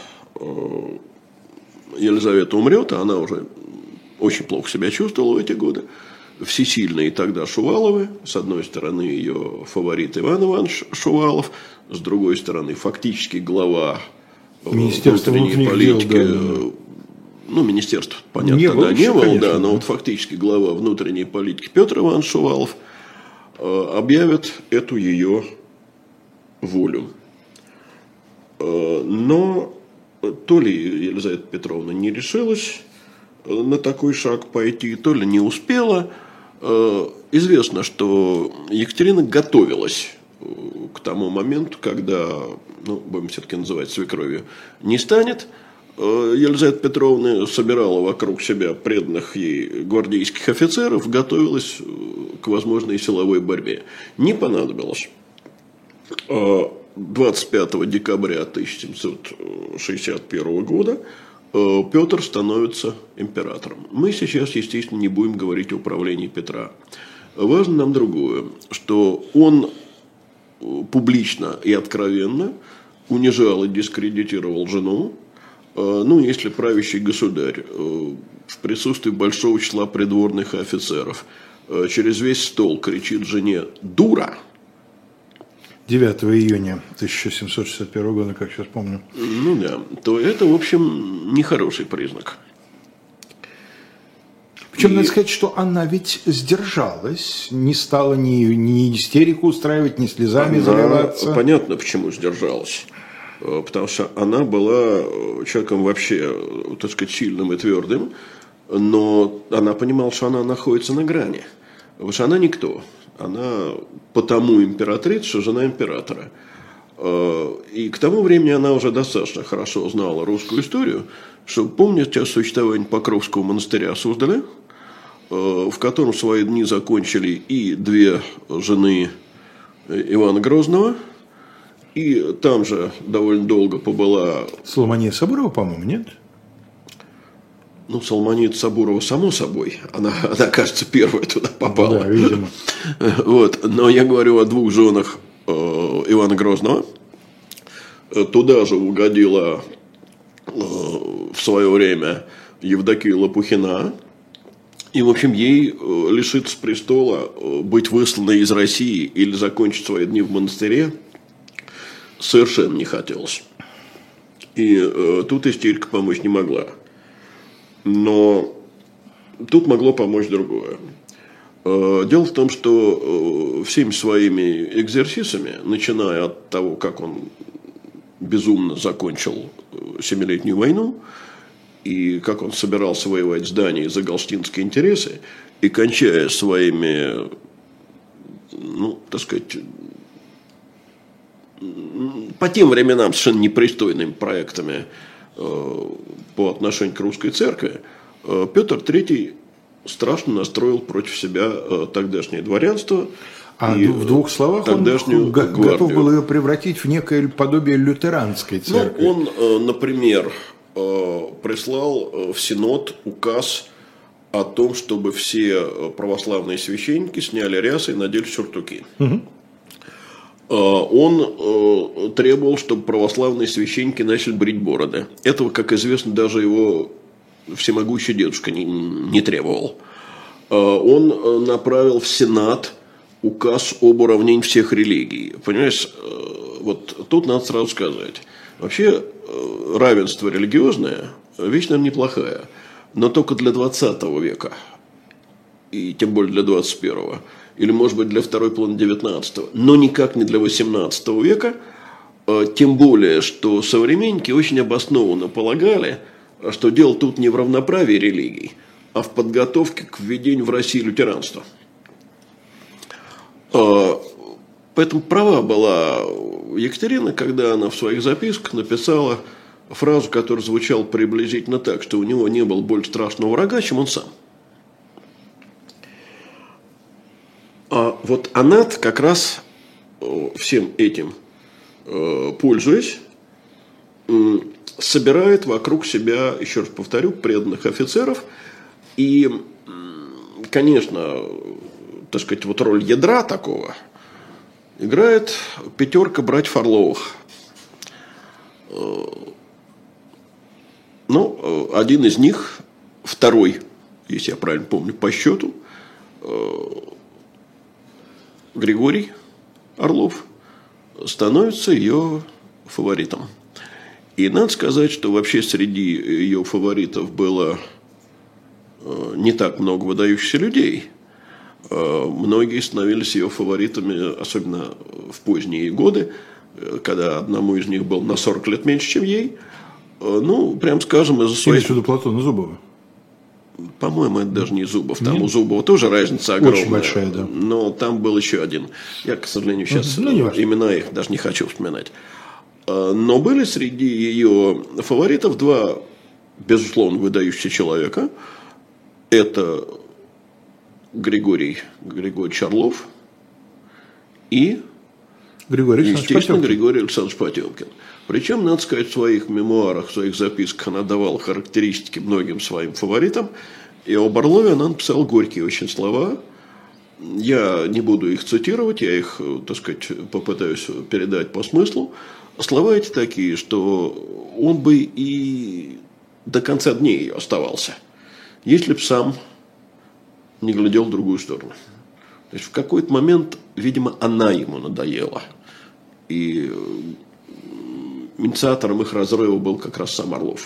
Елизавета умрет, а она уже очень плохо себя чувствовала в эти годы, всесильные тогда Шуваловы, с одной стороны ее фаворит Иван Иванович Шувалов, с другой стороны фактически глава Министерство внутренней политики, дел, да. Ну, министерство, понятно, тогда не было, да, но вот фактически глава внутренней политики Петр Иванович Шувалов объявит эту ее волю. Но то ли Елизавета Петровна не решилась на такой шаг пойти, то ли не успела. Известно, что Екатерина готовилась к тому моменту, когда, ну, будем все-таки называть свекровью, не станет. Елизавета Петровна собирала вокруг себя преданных ей гвардейских офицеров, готовилась к возможной силовой борьбе. Не понадобилось. 25 декабря 1761 года Петр становится императором. Мы сейчас, естественно, не будем говорить о правлении Петра. Важно нам другое, что он публично и откровенно унижал и дискредитировал жену. Ну, если правящий государь в присутствии большого числа придворных и офицеров через весь стол кричит жене «дура», 9 июня 1761 года, как сейчас помню. Ну да, то это, в общем, нехороший признак. Причем, надо сказать, что она ведь сдержалась, не стала ни истерику устраивать, ни слезами заливаться. Понятно, почему сдержалась. Потому что она была человеком вообще, так сказать, сильным и твердым, но она понимала, что она находится на грани. Потому что она никто. Она потому императрица, что жена императора. И к тому времени она уже достаточно хорошо знала русскую историю, чтобы помнить о существовании Покровского монастыря Суздаля, в котором свои дни закончили и две жены Ивана Грозного, и там же довольно долго побыла... Соломония Сабурова, по-моему, нет? Ну, Соломония Сабурова, само собой. Она, кажется, первая туда попала. Да, видимо. Вот. Но я говорю о двух женах Ивана Грозного. Туда же угодила в свое время Евдокия Лопухина. И, в общем, ей лишиться престола, быть высланной из России или закончить свои дни в монастыре совершенно не хотелось. И тут истерика помочь не могла. Но тут могло помочь другое. Дело в том, что всеми своими экзерсисами, начиная от того, как он безумно закончил Семилетнюю войну, и как он собирался воевать с Данией за галштинские интересы, и кончая своими, ну, так сказать, по тем временам совершенно непристойными проектами по отношению к русской церкви, Петр III страшно настроил против себя тогдашнее дворянство. А в двух словах он готов был ее превратить в некое подобие лютеранской церкви. Ну, он, например, прислал в Синод указ о том, чтобы все православные священники сняли рясы и надели сюртуки. Угу. Он требовал, чтобы православные священники начали брить бороды. Этого, как известно, даже его всемогущий дедушка не требовал. Он направил в Сенат указ об уравнении всех религий. Понимаешь, вот тут надо сразу сказать. Вообще, равенство религиозное – вещь, наверное, неплохая. Но только для 20 века. И тем более для 21-го. Или, может быть, для второй половины 19-го. Но никак не для 18 века. Тем более, что современники очень обоснованно полагали, что дело тут не в равноправии религий, а в подготовке к введению в России лютеранства. Поэтому права была Екатерина, когда она в своих записках написала фразу, которая звучала приблизительно так, что у него не было более страшного врага, чем он сам. А вот она как раз всем этим пользуясь, собирает вокруг себя, еще раз повторю, преданных офицеров. И, конечно, так сказать, вот роль ядра такого играет пятерка братьев Орловых. Ну, один из них, второй, если я правильно помню, по счету, Григорий Орлов, становится ее фаворитом. И надо сказать, что вообще среди ее фаворитов было не так много выдающихся людей. Многие становились ее фаворитами, особенно в поздние годы, когда одному из них был на 40 лет меньше, чем ей. Ну, прям скажем, из-за своих... Имеешь в виду Платона Зубова? По-моему, это даже не Зубов. Там у Зубова тоже разница огромная. Очень большая, да. Но там был еще один. Я, к сожалению, сейчас имена их даже не хочу вспоминать. Но были среди ее фаворитов два, безусловно, выдающихся человека. Это Григорий Орлов и, естественно, Григорий Александрович Потемкин. Причем, надо сказать, в своих мемуарах, в своих записках она давала характеристики многим своим фаворитам. И об Орлове она написала горькие очень слова. Я не буду их цитировать, я их, так сказать, попытаюсь передать по смыслу. Слова эти такие, что он бы и до конца дней ее оставался, если бы сам не глядел в другую сторону. То есть в какой-то момент, видимо, она ему надоела. И инициатором их разрыва был как раз сам Орлов.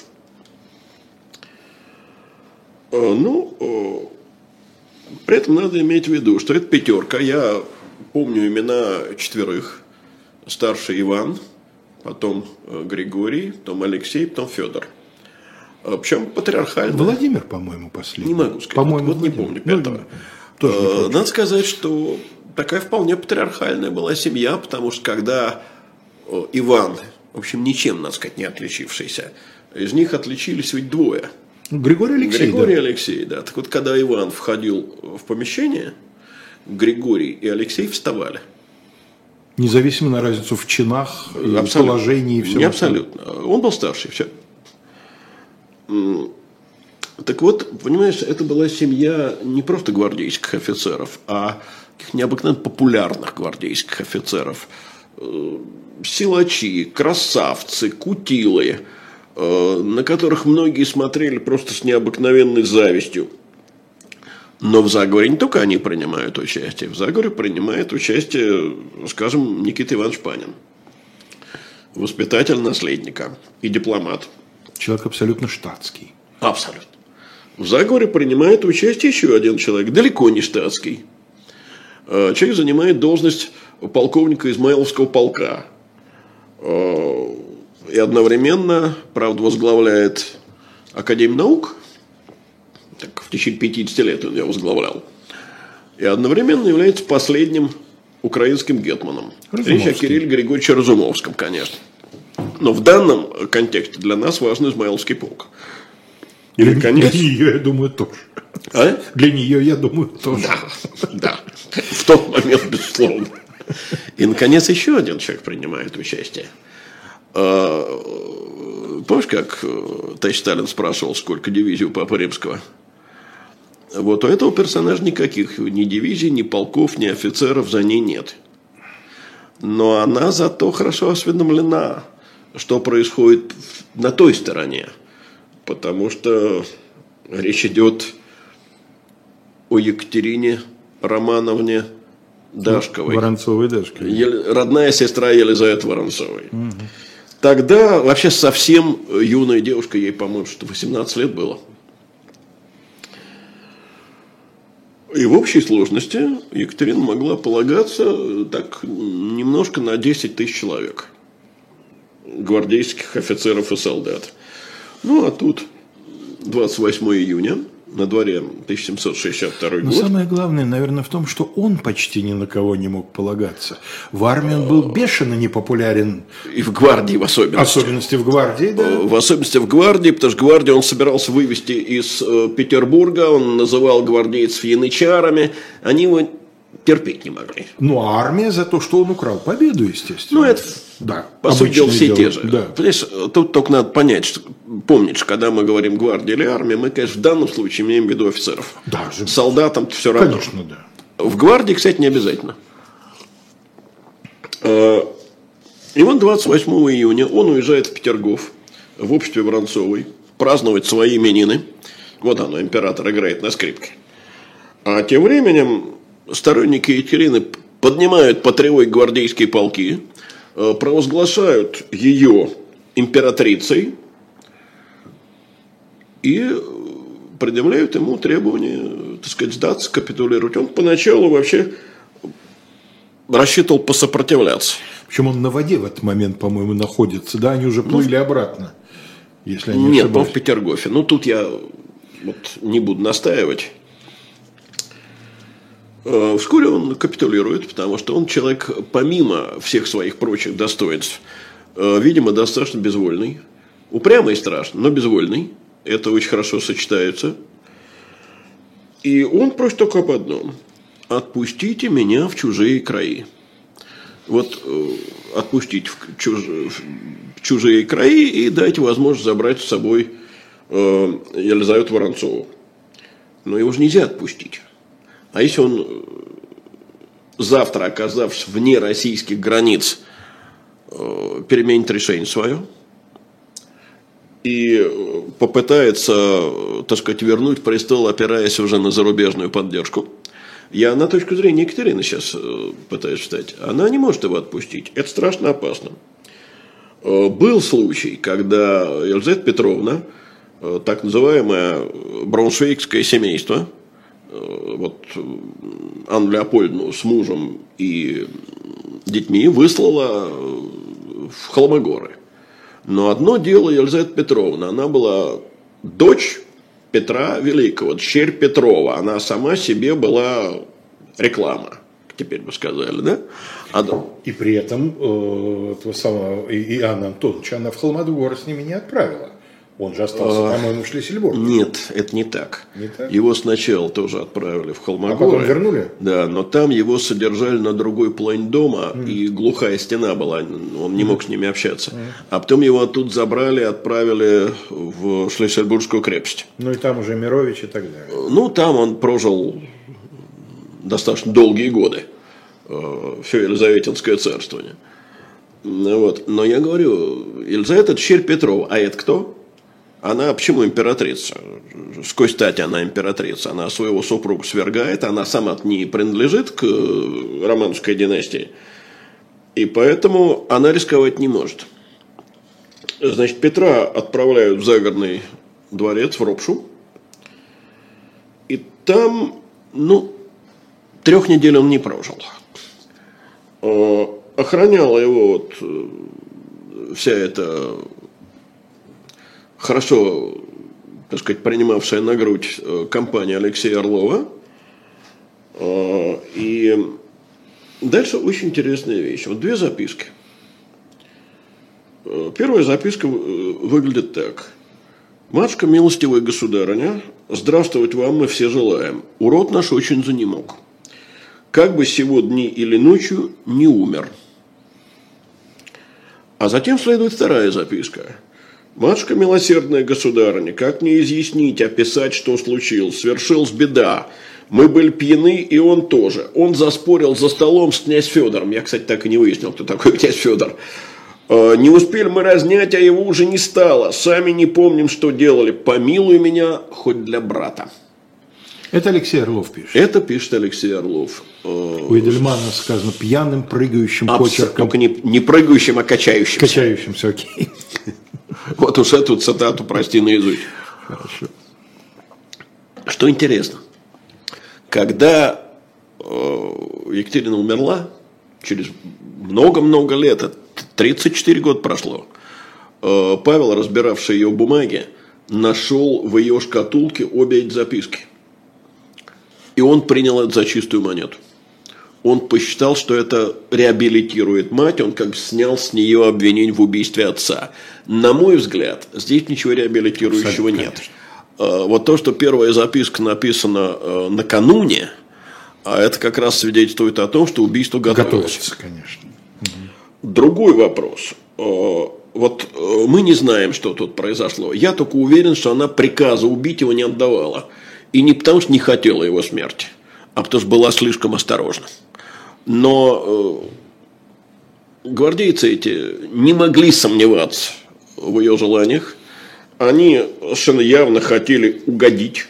Ну, при этом надо иметь в виду, что это пятерка. Я помню имена четверых. Старший Иван, потом Григорий, потом Алексей, потом Федор. Причем патриархально. Владимир, по-моему, последний. Не могу сказать. По-моему, вот не помню пятого. Надо сказать, что такая вполне патриархальная была семья, потому что когда Иван, в общем, ничем, надо сказать, не отличившийся, из них отличились ведь двое. Григорий Алексей, да. Так вот, когда Иван входил в помещение, Григорий и Алексей вставали. Независимо на разницу в чинах, положении и всем. Не абсолютно. Он был старший, все. Так вот, понимаешь, это была семья не просто гвардейских офицеров, а таких необыкновенно популярных гвардейских офицеров. Силачи, красавцы, кутилы, на которых многие смотрели просто с необыкновенной завистью. Но в заговоре не только они принимают участие. В заговоре принимает участие, скажем, Никита Иванович Панин. Воспитатель наследника и дипломат. Человек абсолютно штатский. Абсолютно. В заговоре принимает участие еще один человек, далеко не штатский. Человек занимает должность полковника Измайловского полка. И одновременно, правда, возглавляет Академию наук. Так, в течение 50 лет он ее возглавлял. И одновременно является последним украинским гетманом. Речь о Кирилле Григорьевиче Разумовском, конечно. Но в данном контексте для нас важен Измайловский полк. Для нее, я думаю, тоже. А? Для нее, я думаю, тоже. Да. В тот момент, безусловно. И, наконец, еще один человек принимает участие. Помнишь, как товарищ Сталин спрашивал, сколько дивизий у Папы Римского? Вот у этого персонажа никаких ни дивизий, ни полков, ни офицеров за ней нет. Но она зато хорошо осведомлена, что происходит на той стороне. Потому что речь идет о Екатерине Романовне Дашковой. Воронцовой-Дашковой. Родная сестра Елизаветы Воронцовой. Угу. Тогда вообще совсем юная девушка, ей, по-моему, что 18 лет было. И в общей сложности Екатерина могла полагаться так немножко на 10 тысяч человек. Гвардейских офицеров и солдат. Ну, а тут 28 июня, на дворе 1762 год. Но самое главное, наверное, в том, что он почти ни на кого не мог полагаться. В армии он был бешено непопулярен. И в гвардии в особенности. Особенности в гвардии, да. В особенности в гвардии, потому что гвардию он собирался вывести из Петербурга, он называл гвардейцев янычарами, они его терпеть не могли. Ну, а армия за то, что он украл победу, естественно. Ну, это, да, по сути дела, все те же. Да. Понимаешь, тут только надо понять, что, помнишь, когда мы говорим гвардия или армия, мы, конечно, в данном случае имеем в виду офицеров. Да, солдатам все равно. Конечно, да. В гвардии, кстати, не обязательно. И вот 28 июня он уезжает в Петергоф в обществе Воронцовой праздновать свои именины. Вот оно, император играет на скрипке. А тем временем сторонники Екатерины поднимают по тревоге гвардейские полки, провозглашают ее императрицей и предъявляют ему требования, так сказать, сдаться, капитулировать. Он поначалу вообще рассчитывал посопротивляться. Причем он на воде в этот момент, по-моему, находится. Да, они уже плыли обратно, если они Нет, он в Петергофе. Ну, тут я вот не буду настаивать. Вскоре он капитулирует, потому что он человек, помимо всех своих прочих достоинств, видимо, достаточно безвольный. Упрямый и страшный, но безвольный. Это очень хорошо сочетается. И он просит только об одном. Отпустите меня в чужие краи. Вот отпустить в чужие краи и дайте возможность забрать с собой Елизавету Воронцову. Но его же нельзя отпустить. А если он завтра, оказавшись вне российских границ, переменит решение свое и попытается, так сказать, вернуть престол, опираясь уже на зарубежную поддержку, я на точку зрения Екатерины сейчас пытаюсь встать, она не может его отпустить. Это страшно опасно. Был случай, когда Елизавета Петровна, так называемое брауншвейгское семейство, вот Анну Леопольдовну с мужем и детьми выслала в Холмогоры. Но одно дело Елизавета Петровна, она была дочь Петра Великого, дщерь Петрова. Она сама себе была реклама, теперь бы сказали, да? И при этом этого самого Иоанна Антоновича она в Холмодвор с ними не отправила. Он же остался, по-моему, в Шлиссельбурге. Нет, это не так. Не так? Его сначала тоже отправили в Холмогоры. А потом вернули? Да, но там его содержали на другой половине дома, и глухая стена была, он не мог с ними общаться. А потом его оттуда забрали, отправили в Шлиссельбургскую крепость. Ну и там уже Мирович и так далее. Ну, там он прожил достаточно долгие годы. Все Елизаветинское царствование. Вот. Но я говорю, Елизавета дщерь Петрова, а это кто? Она почему императрица? С какой стати она императрица? Она своего супруга свергает, она сама не принадлежит к Романовской династии. И поэтому она рисковать не может. Значит, Петра отправляют в загородный дворец, в Ропшу. И там, 3 недель он не прожил. Охраняла его вся эта хорошо, так сказать, принимавшая на грудь компания Алексея Орлова. И дальше очень интересная вещь. Вот 2 записки. Первая записка выглядит так. «Матушка, милостивая государыня, здравствовать вам мы все желаем. Урод наш очень занемог. Как бы сего дни или ночью не умер». А затем следует вторая записка. «Матушка, милосердная государыня, как мне изъяснить, описать, что случилось? Свершилась беда. Мы были пьяны, и он тоже. Он заспорил за столом с князь Федором». Я, кстати, так и не выяснил, кто такой князь Федор. «Не успели мы разнять, а его уже не стало. Сами не помним, что делали. Помилуй меня хоть для брата». Это Алексей Орлов пишет. Это пишет Алексей Орлов. У Эдельмана сказано пьяным, прыгающим почерком. Только не прыгающим, а качающимся. Качающимся, окей. Вот уж эту цитату прости наизусть. Хорошо. Что интересно. Когда Екатерина умерла, через много-много лет, 34 года прошло, Павел, разбиравший ее бумаги, нашел в ее шкатулке обе эти записки. И он принял это за чистую монету. Он посчитал, что это реабилитирует мать, он как бы снял с нее обвинение в убийстве отца. На мой взгляд, здесь ничего реабилитирующего нет. Вот то, что первая записка написана накануне, это как раз свидетельствует о том, что убийство готовилось. Готовится, конечно. Другой вопрос. Вот мы не знаем, что тут произошло. Я только уверен, что она приказа убить его не отдавала. И не потому, что не хотела его смерти, а потому, что была слишком осторожна. Но гвардейцы эти не могли сомневаться в ее желаниях. Они совершенно явно хотели угодить.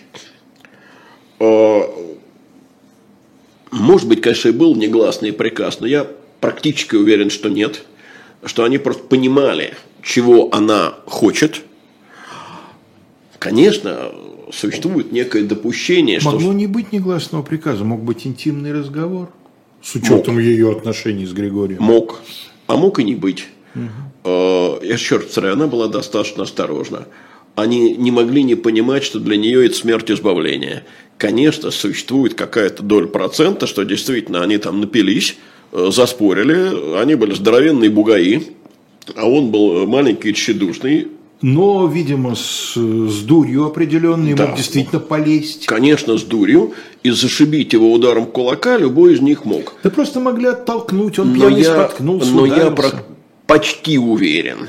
Может быть, конечно, и был негласный приказ, но я практически уверен, что нет. Что они просто понимали, чего она хочет. Конечно, существует некое допущение, что... Могло не быть негласного приказа, мог быть интимный разговор с учетом ее отношений с Григорием. Мог. А мог и не быть. Я еще раз повторяю, она была достаточно осторожна. Они не могли не понимать, что для нее это смерть избавления. Конечно, существует какая-то доля процента, что действительно они там напились, заспорили, они были здоровенные бугаи, а он был маленький и тщедушный. Но, видимо, с дурью определенной, да, мог действительно полезть. Конечно, с дурью. И зашибить его ударом кулака любой из них мог. Да просто могли оттолкнуть, он пьяный споткнулся. Но я почти уверен,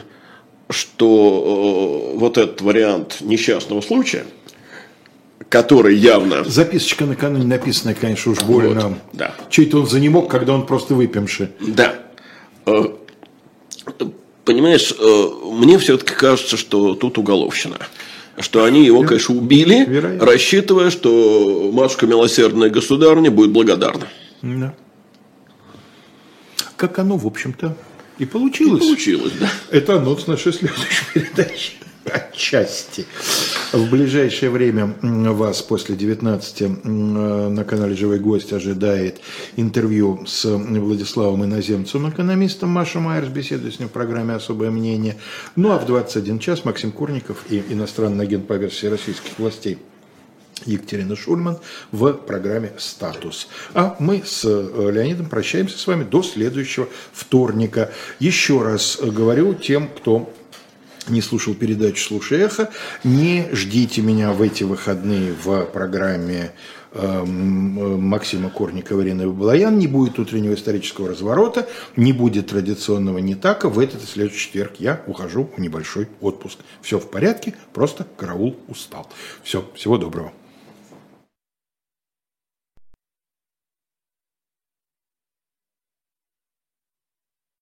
что вот этот вариант несчастного случая, который явно... Записочка накануне написанная, конечно, уж больно. Вот, да. Чей-то он занемог, когда он просто выпивший. Да. Понимаешь, мне все-таки кажется, что тут уголовщина. Что они его, конечно, убили, вероятно, рассчитывая, что матушка милосердная государыня будет благодарна. Да. Как оно, в общем-то, и получилось. И получилось, да. Это анонс нашей следующей передачи. Отчасти. В ближайшее время вас после 19 на канале «Живой гость» ожидает интервью с Владиславом Иноземцевым, экономистом. Маша Майерс беседует с ним в программе «Особое мнение». Ну а в 21 час Максим Курников и иностранный агент по версии российских властей Екатерина Шульман в программе «Статус». А мы с Леонидом прощаемся с вами до следующего вторника. Еще раз говорю тем, кто не слушал передачу «Слушай эхо», не ждите меня в эти выходные в программе Максима Курникова, Ирины Балаян. Не будет утреннего исторического разворота, не будет традиционного «Не-така». В этот и следующий четверг я ухожу в небольшой отпуск. Все в порядке, просто караул устал. Все, всего доброго.